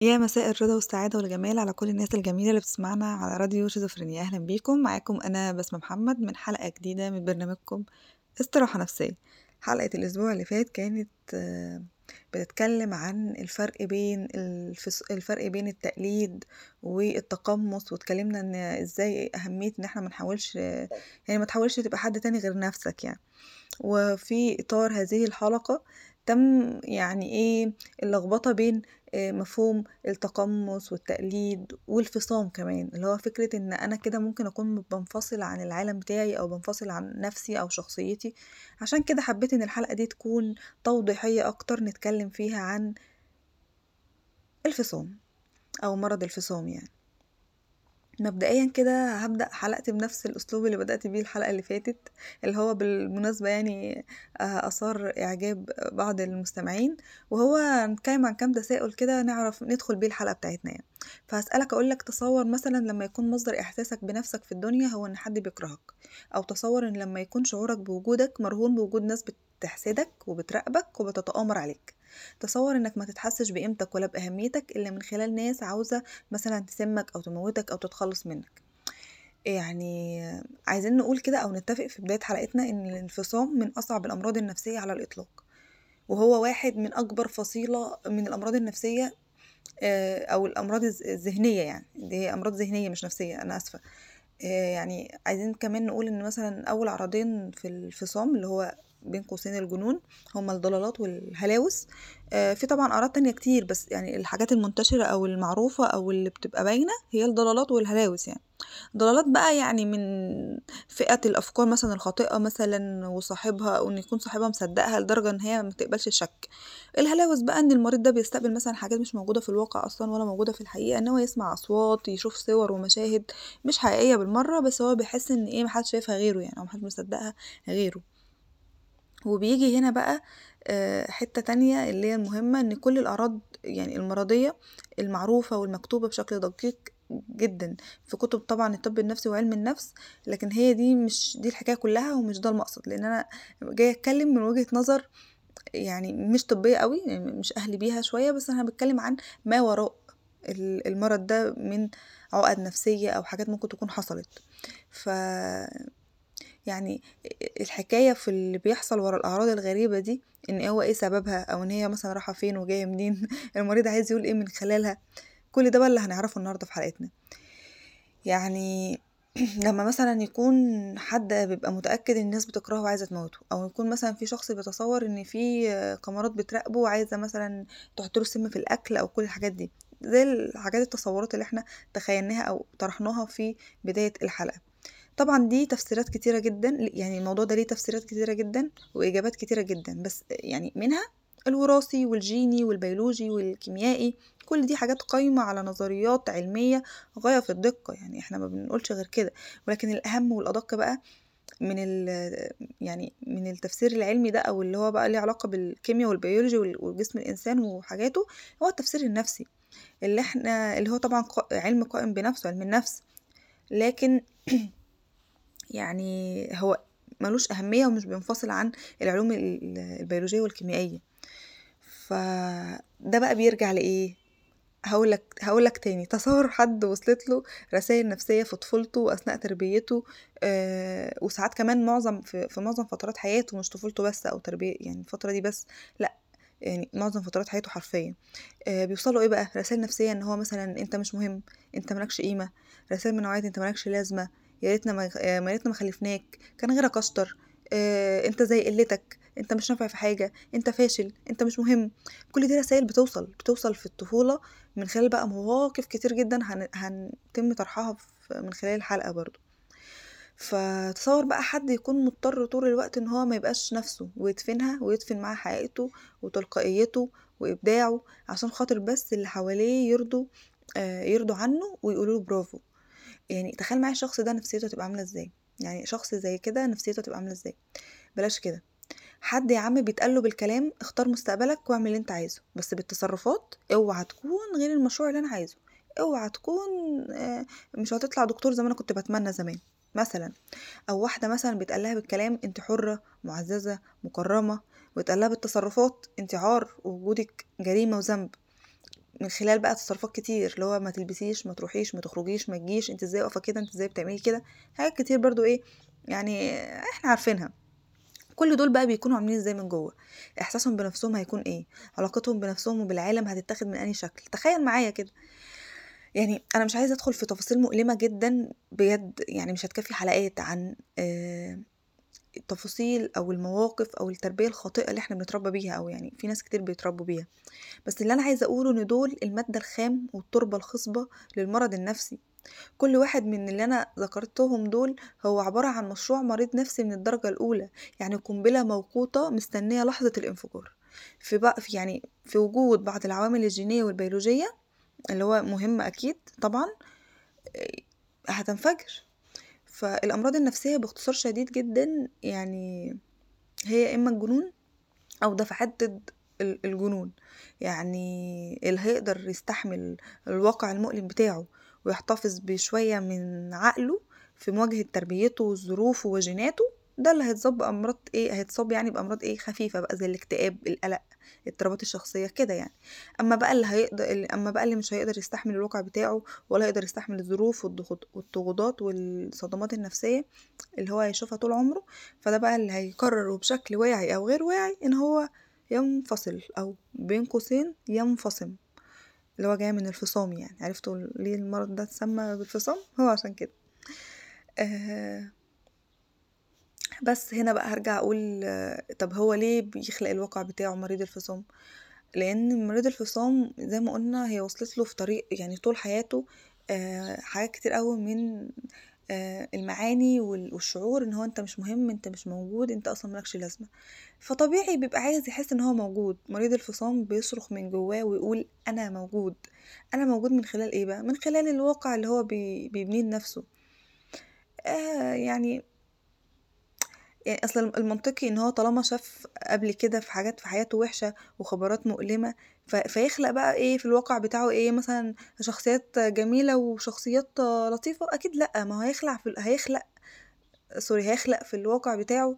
يا مساء الرضا والسعادة والجمال على كل الناس الجميلة اللي بتسمعنا على راديو شيزوفرينيا. أهلا بيكم، معاكم أنا بسمة محمد من حلقة جديدة من برنامجكم استراحة نفسية. حلقة الأسبوع اللي فات كانت بتتكلم عن الفرق بين التقليد والتقمص، واتكلمنا ان ازاي أهمية ان احنا منحاولش، يعني ما تحاولش تبقى حد تاني غير نفسك يعني. وفي إطار هذه الحلقة تم يعني إيه اللخبطة بين مفهوم التقمص والتقليد والفصام كمان، اللي هو فكرة إن أنا كده ممكن أكون بنفصل عن العالم بتاعي أو بنفصل عن نفسي أو شخصيتي. عشان كده حبيت إن الحلقة دي تكون توضيحية أكتر، نتكلم فيها عن الفصام أو مرض الفصام يعني. مبدئيا كده هبدأ حلقتي بنفس الأسلوب اللي بدأت بيه الحلقة اللي فاتت، اللي هو بالمناسبة يعني أثار إعجاب بعض المستمعين، وهو هنتكلم عن كام تساؤل كده نعرف ندخل بيه الحلقة بتاعتنا يعني. فهسألك أقولك، تصور مثلا لما يكون مصدر إحساسك بنفسك في الدنيا هو إن حد بيكرهك، أو تصور إن لما يكون شعورك بوجودك مرهون بوجود ناس بتحسدك وبتراقبك وبتتآمر عليك. تصور إنك ما تتحسش بقيمتك ولا بأهميتك إلا من خلال ناس عاوزة مثلا تسمك أو تموتك أو تتخلص منك. يعني عايزين نقول كده أو نتفق في بداية حلقتنا إن الانفصام من أصعب الأمراض النفسية على الإطلاق، وهو واحد من أكبر فصيلة من الأمراض النفسية، أو الأمراض الذهنية، يعني دي هي أمراض ذهنية مش نفسية، أنا آسفة. يعني عايزين كمان نقول إن مثلا أول عرضين في الفصام اللي هو بين قوسين الجنون هما الضلالات والهلاوس. في طبعا أعراض تانية كتير، بس يعني الحاجات المنتشرة أو المعروفة أو اللي بتبقى باينة هي الضلالات والهلاوس يعني. ضلالات بقى يعني من فئة الأفكار مثلا الخاطئة مثلا وصاحبها، أو إن يكون صاحبها مصدقها لدرجة إن هي ما تقبلش الشك. الهلاوس بقى إن المريض ده بيستقبل مثلا حاجات مش موجودة في الواقع أصلا ولا موجودة في الحقيقة، إن هو يسمع أصوات، يشوف صور ومشاهد مش حقيقية بالمرة، بس هو بيحس إن إيه محدش شايفها غيره يعني، أو محدش مصدقها غيره. وبيجي هنا بقى حتة تانية اللي هي المهمة، ان كل الاعراض يعني المرضية المعروفة والمكتوبة بشكل دقيق جدا في كتب طبعا الطب النفسي وعلم النفس، لكن هي دي مش دي الحكاية كلها ومش ده المقصد، لان انا جاية اتكلم من وجهة نظر يعني مش طبية قوي، يعني مش اهلي بيها شوية، بس انا بتكلم عن ما وراء المرض ده من عقد نفسية او حاجات ممكن تكون حصلت. ف يعني الحكاية في اللي بيحصل ورا الأعراض الغريبة دي، ان هو ايه سببها، او ان هي مثلا رايحة فين وجاية منين المريض عايز يقول ايه من خلالها. كل ده بقى اللي هنعرفه النهاردة في حلقتنا يعني. لما مثلا يكون حد بيبقى متأكد ان الناس بتكرهه وعايزة تموته، او يكون مثلا في شخص بيتصور ان في كاميرات بتراقبه وعايزة مثلا تحطله سم في الأكل، او كل الحاجات دي زي الحاجات التصورات اللي احنا تخيلناها او طرحناها في بداية الحلقة. طبعا دي تفسيرات كتيرة جدا، يعني الموضوع ده ليه تفسيرات كتيرة جدا وإجابات كتيرة جدا، بس يعني منها الوراثي والجيني والبيولوجي والكيميائي. كل دي حاجات قايمة على نظريات علمية غاية في الدقة، يعني احنا ما بنقولش غير كده. ولكن الأهم والأدق بقى من يعني من التفسير العلمي ده، أو اللي هو بقى ليه علاقة بالكيمياء والبيولوجي وجسم الإنسان وحاجاته، هو التفسير النفسي اللي هو طبعا علم قائم بنفسه، علم النفس. لكن يعني هو ملوش أهمية ومش بينفصل عن العلوم البيولوجية والكيميائية. فده بقى بيرجع لإيه؟ هقولك تاني، تصور حد وصلت له رسائل نفسية في طفولته وأثناء تربيته، وساعات كمان في معظم فترات حياته، مش طفولته بس أو تربية يعني الفترة دي بس، لأ، يعني معظم فترات حياته حرفيا. بيوصله ايه بقى؟ رسائل نفسيه ان هو مثلا انت مش مهم، انت مالكش قيمه، رسائل من نوعيه انت مالكش لازمه، يا ريتنا ما ريتنا ما خلفناك، كان غيرك اشطر، انت زي قلتك، انت مش نافع في حاجه، انت فاشل، انت مش مهم. كل دي رسائل بتوصل في الطفوله من خلال بقى مواقف كتير جدا هنتم طرحها من خلال الحلقه برضو. فتصور بقى حد يكون مضطر طول الوقت ان هو ما يبقاش نفسه ويدفنها ويدفن معاها حقيقته وتلقائيته وابداعه، عشان خاطر بس اللي حواليه يرضوا عنه ويقولوا له برافو. يعني تخيل معايا الشخص ده نفسيته تبقى عامله ازاي، يعني شخص زي كده نفسيته تبقى عامله ازاي. بلاش كده، حد يا عم بيتقاله بالكلام اختار مستقبلك واعمل اللي انت عايزه، بس بالتصرفات اوعى تكون غير المشروع اللي انا عايزه، اوعى تكون مش هتطلع دكتور زي ما انا كنت بتمنى زمان مثلا. او واحده مثلا بيتقالها بالكلام انت حره معززه مكرمه، ويتقالها بالتصرفات انت عار ووجودك جريمه وذنب. من خلال بقى تصرفات كتير، اللي هو ما تلبسيش، ما تروحيش، ما تخرجيش، ما تجيش، انت ازاي واقفه كده، انت ازاي بتعملي كده، حاجات كتير برضو ايه يعني احنا عارفينها. كل دول بقى بيكونوا عاملين ازاي من جوه، احساسهم بنفسهم هيكون ايه، علاقتهم بنفسهم وبالعالم هتتاخد من اي شكل. تخيل معايا كده، يعني انا مش عايزه ادخل في تفاصيل مؤلمه جدا بجد، يعني مش هتكفي حلقات عن التفاصيل او المواقف او التربيه الخاطئه اللي احنا بنتربى بيها، او يعني في ناس كتير بيتربوا بيها. بس اللي انا عايزه اقوله ان دول الماده الخام والتربه الخصبه للمرض النفسي. كل واحد من اللي انا ذكرتهم دول هو عباره عن مشروع مريض نفسي من الدرجه الاولى، يعني قنبله موقوته مستنيه لحظه الانفجار. في وجود بعض العوامل الجينيه والبيولوجيه اللي هو مهم اكيد طبعا، هتنفجر. فالامراض النفسيه باختصار شديد جدا يعني هي اما الجنون او دفعات ضد الجنون. يعني اللي هيقدر يستحمل الواقع المؤلم بتاعه ويحتفظ بشوية من عقله في مواجهة تربيته وظروفه وجيناته، ده اللي هيتصاب بأمراض ايه، هيتصاب يعني بأمراض ايه خفيفة بقى زي الاكتئاب، القلق، اضطرابات الشخصية كده يعني. اما بقى اللي مش هيقدر يستحمل الواقع بتاعه، ولا هيقدر يستحمل الظروف والضغوطات والصدمات النفسية اللي هو هيشوفها طول عمره، فده بقى اللي هيقرر بشكل واعي او غير واعي ان هو ينفصل، او بين قوسين ينفصم، اللي هو جاي من الفصام. يعني عرفتوا ليه المرض ده اتسمى بالفصام؟ هو عشان كده. آه بس هنا بقى هرجع اقول طب هو ليه بيخلق الواقع بتاعه مريض الفصام؟ لان مريض الفصام زي ما قلنا هي وصلت له في طريق يعني طول حياته حاجات كتير قوي من المعاني والشعور ان هو انت مش مهم، انت مش موجود، انت اصلا مالكش لازمه. فطبيعي بيبقى عايز يحس ان هو موجود. مريض الفصام بيصرخ من جواه ويقول انا موجود. انا موجود من خلال ايه بقى؟ من خلال الواقع اللي هو بيبنيه لنفسه. يعني اصلا المنطقي ان هو طالما شاف قبل كده في حاجات في حياته وحشه وخبرات مؤلمه، فيخلق بقى ايه في الواقع بتاعه، ايه مثلا شخصيات جميله وشخصيات لطيفه؟ اكيد لا. ما هو هيخلق في الواقع بتاعه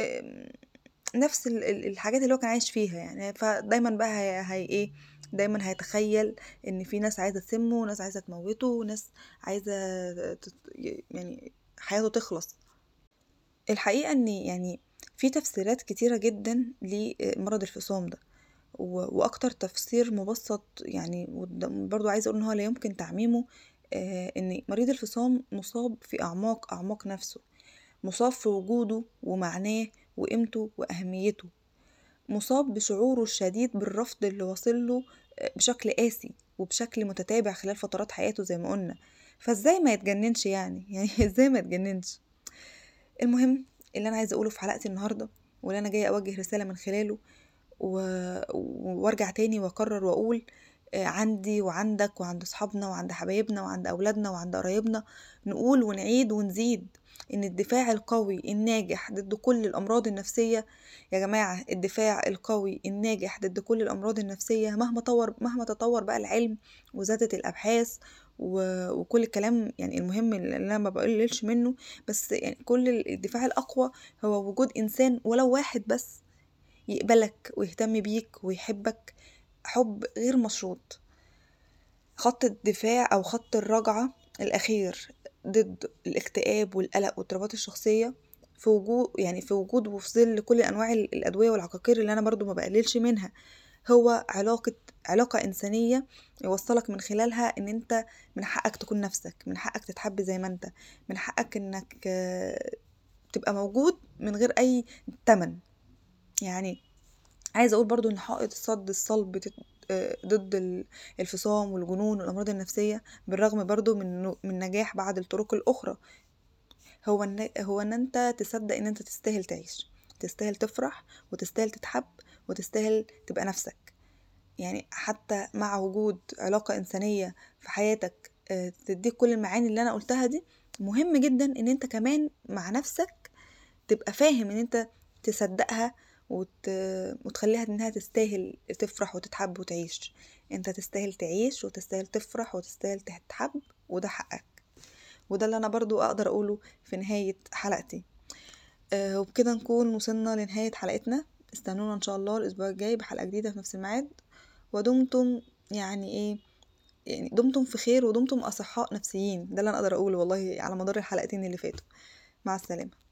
نفس الحاجات اللي هو كان عايش فيها يعني. فدايما بقى هي ايه، دايما هيتخيل ان في ناس عايزه تسمه، وناس عايزه تموته، وناس عايزه يعني حياته تخلص. الحقيقة ان يعني في تفسيرات كتيرة جدا لمرض الفصام ده، واكتر تفسير مبسط يعني برضو عايزة اقول ان هو لا يمكن تعميمه، ان مريض الفصام مصاب في اعماق نفسه، مصاب في وجوده ومعناه وقيمته واهميته، مصاب بشعوره الشديد بالرفض اللي واصله بشكل قاسي وبشكل متتابع خلال فترات حياته زي ما قلنا. فازاي ما يتجننش يعني ازاي ما يتجننش؟ المهم، اللي انا عايزه اقوله في حلقتي النهارده، واللي انا جايه اوجه رساله من خلاله و... وارجع تاني واكرر واقول عندي وعندك وعند اصحابنا وعند حبايبنا وعند اولادنا وعند قرايبنا، نقول ونعيد ونزيد ان الدفاع القوي الناجح ضد كل الامراض النفسيه، يا جماعه الدفاع القوي الناجح ضد كل الامراض النفسيه مهما تطور بقى العلم وزادت الابحاث وكل الكلام يعني المهم اللي انا ما بقللش منه، بس يعني كل الدفاع الاقوى هو وجود انسان ولو واحد بس يقبلك ويهتم بيك ويحبك حب غير مشروط. خط الدفاع او خط الرجعة الاخير ضد الاكتئاب والقلق واضطرابات الشخصية، في وجود وفي ظل كل انواع الادوية والعقاقير اللي انا برضو ما بقللش منها، هو علاقة إنسانية يوصلك من خلالها إن أنت من حقك تكون نفسك، من حقك تتحب زي ما أنت، من حقك إنك تبقى موجود من غير أي تمن. يعني عايزة أقول برضو إن حائط الصد الصلب ضد الفصام والجنون والأمراض النفسية، بالرغم برضو من نجاح بعض الطرق الأخرى، هو إن أنت تصدق إن أنت تستاهل تعيش، تستاهل تفرح، وتستاهل تتحب، وتستاهل تبقى نفسك. يعني حتى مع وجود علاقة إنسانية في حياتك تديك كل المعاني اللي أنا قلتها دي، مهم جدا إن أنت كمان مع نفسك تبقى فاهم إن أنت تصدقها وتخليها إنها تستاهل تفرح وتتحب وتعيش. أنت تستاهل تعيش وتستاهل تفرح وتستاهل تتحب، وده حقك. وده اللي أنا برضو أقدر أقوله في نهاية حلقتي. وبكده نكون وصلنا لنهاية حلقتنا. استنونا إن شاء الله الأسبوع الجاي بحلقة جديدة في نفس الميعاد، ودمتم يعني ايه، يعني دمتم في خير ودمتم أصحاء نفسيين، ده اللي أنا أقدر أقوله والله على مدار الحلقتين اللي فاتوا. مع السلامة.